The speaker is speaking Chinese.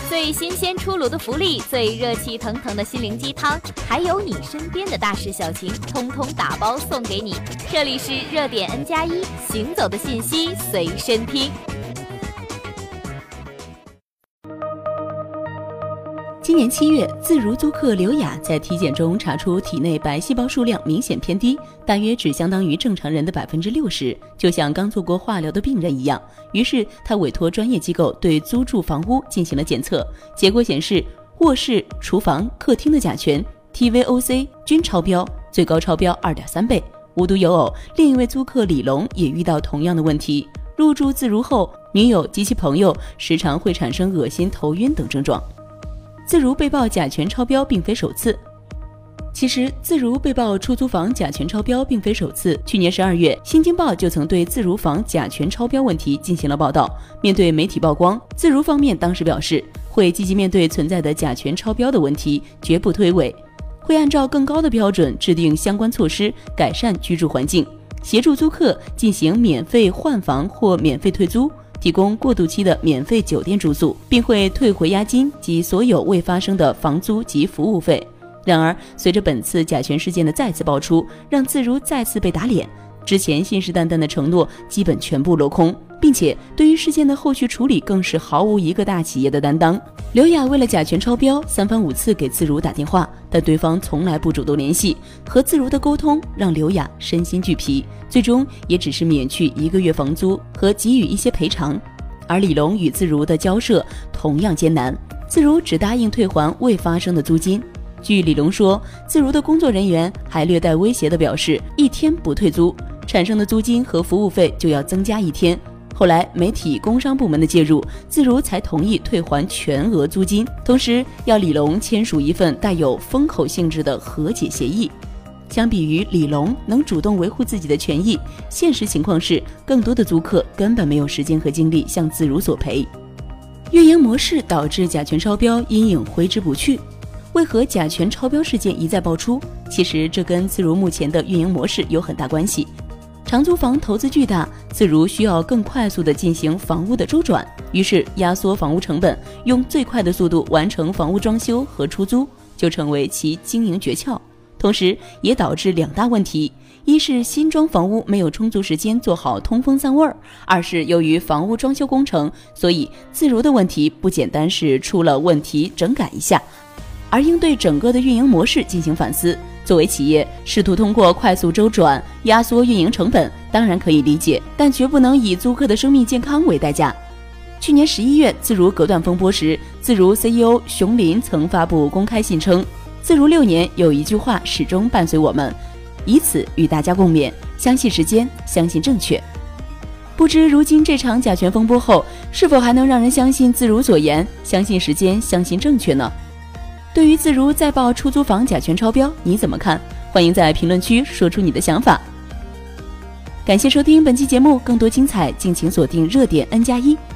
最新鲜出炉的福利，最热气腾腾的心灵鸡汤，还有你身边的大事小情，通通打包送给你。这里是热点 N+1，行走的信息随身听。 今年7月，自如租客刘雅在体检中查出体内白细胞数量明显偏低，大约只相当于正常人的60%，就像刚做过化疗的病人一样。于是他委托专业机构对租住房屋进行了检测，结果显示卧室、厨房、客厅的甲醛、TVOC 均超标，最高超标2.3倍。无独有偶，另一位租客李龙也遇到同样的问题。入住自如后，女友及其朋友时常会产生恶心、头晕等症状。自如被曝甲醛超标并非首次。其实，自如被曝出租房甲醛超标并非首次。去年12月，新京报就曾对自如房甲醛超标问题进行了报道。面对媒体曝光，自如方面当时表示，会积极面对存在的甲醛超标的问题，绝不推诿，会按照更高的标准制定相关措施，改善居住环境，协助租客进行免费换房或免费退租，提供过渡期的免费酒店住宿，并会退回押金及所有未发生的房租及服务费。然而，随着本次甲醛事件的再次爆出，让自如再次被打脸，之前信誓旦旦的承诺基本全部落空，并且对于事件的后续处理更是毫无一个大企业的担当。刘雅为了甲醛超标，3番5次给自如打电话，但对方从来不主动联系，和自如的沟通让刘雅身心俱疲，最终也只是免去1个月房租和给予一些赔偿。而李龙与自如的交涉同样艰难，自如只答应退还未发生的租金。据李龙说，自如的工作人员还略带威胁地表示，1天不退租，产生的租金和服务费就要增加1天。后来媒体工商部门的介入，自如才同意退还全额租金，同时要李龙签署一份带有封口性质的和解协议。相比于李龙能主动维护自己的权益，现实情况是更多的租客根本没有时间和精力向自如索赔。运营模式导致甲醛超标，阴影挥之不去。为何甲醛超标事件一再爆出？其实这跟自如目前的运营模式有很大关系。长租房投资巨大，自如需要更快速地进行房屋的周转，于是压缩房屋成本，用最快的速度完成房屋装修和出租，就成为其经营诀窍。同时也导致2大问题：一是新装房屋没有充足时间做好通风散味儿；二是由于房屋装修工程，所以自如的问题不简单是出了问题整改一下，而应对整个的运营模式进行反思。作为企业，试图通过快速周转压缩运营成本，当然可以理解，但绝不能以租客的生命健康为代价。去年11月，自如隔断风波时，自如 CEO 熊林曾发布公开信称，自如6年有一句话始终伴随我们，以此与大家共勉：相信时间，相信正确。不知如今这场甲醛风波后，是否还能让人相信自如所言，相信时间，相信正确呢？对于自如再曝出租房甲醛超标，你怎么看？欢迎在评论区说出你的想法。感谢收听本期节目，更多精彩敬请锁定热点 N+1。